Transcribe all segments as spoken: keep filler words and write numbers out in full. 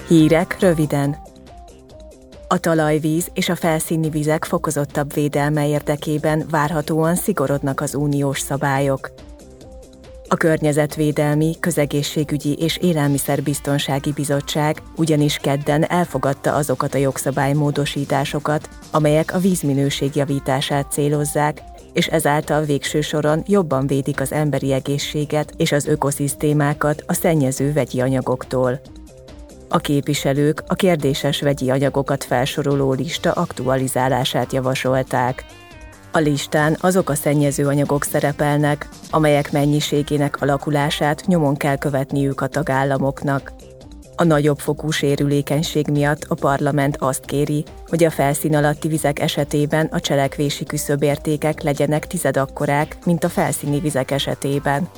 Hírek röviden. A talajvíz és a felszíni vizek fokozottabb védelme érdekében várhatóan szigorodnak az uniós szabályok. A Környezetvédelmi, Közegészségügyi és Élelmiszerbiztonsági Bizottság ugyanis kedden elfogadta azokat a jogszabálymódosításokat, amelyek a vízminőség javítását célozzák, és ezáltal végső soron jobban védik az emberi egészséget és az ökoszisztémákat a szennyező vegyi anyagoktól. A képviselők a kérdéses vegyi anyagokat felsoroló lista aktualizálását javasolták. A listán azok a szennyező anyagok szerepelnek, amelyek mennyiségének alakulását nyomon kell követniük a tagállamoknak. A nagyobb fokú sérülékenység miatt a parlament azt kéri, hogy a felszín alatti vizek esetében a cselekvési küszöbértékek legyenek tizedakkorák, mint a felszíni vizek esetében.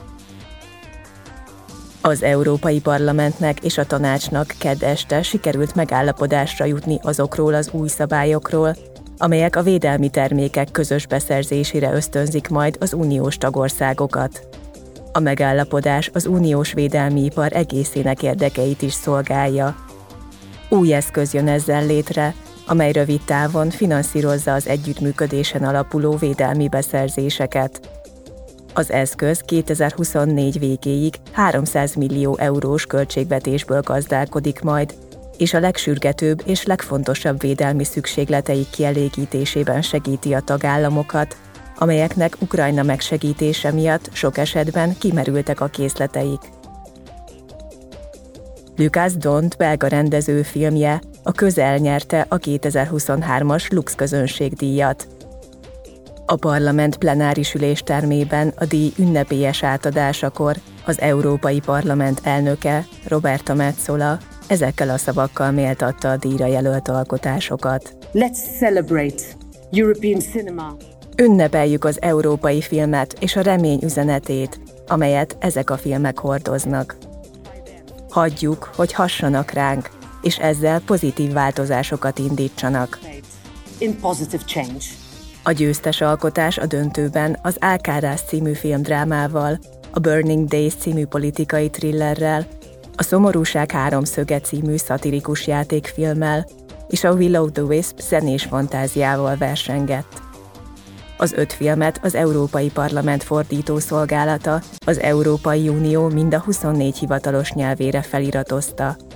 Az Európai Parlamentnek és a Tanácsnak kedd este sikerült megállapodásra jutni azokról az új szabályokról, amelyek a védelmi termékek közös beszerzésére ösztönzik majd az uniós tagországokat. A megállapodás az uniós védelmi ipar egészének érdekeit is szolgálja. Új eszköz jön ezzel létre, amely rövid távon finanszírozza az együttműködésen alapuló védelmi beszerzéseket. Az eszköz kétezer-huszonnégy végéig háromszáz millió eurós költségvetésből gazdálkodik majd, és a legsürgetőbb és legfontosabb védelmi szükségleteik kielégítésében segíti a tagállamokat, amelyeknek Ukrajna megsegítése miatt sok esetben kimerültek a készleteik. Lucas Dont belga rendező filmje a Közel nyerte a kétezer-huszonhármas Lux közönségdíjat. A parlament plenáris üléstermében a díj ünnepélyes átadásakor az Európai Parlament elnöke, Roberta Metsola, ezekkel a szavakkal méltatta a díjra jelölt alkotásokat. Let's celebrate European cinema. Ünnepeljük az európai filmet és a remény üzenetét, amelyet ezek a filmek hordoznak. Hagyjuk, hogy hassanak ránk, és ezzel pozitív változásokat indítsanak. In positive change. A győztes alkotás a döntőben az Alcatraz című filmdrámával, a Burning Days című politikai thrillerrel, a Szomorúság háromszöge című szatirikus játékfilmmel és a Will o' the Wisp zenés fantáziával versengett. Az öt filmet az Európai Parlament fordítószolgálata az Európai Unió mind a huszonnégy hivatalos nyelvére feliratozta.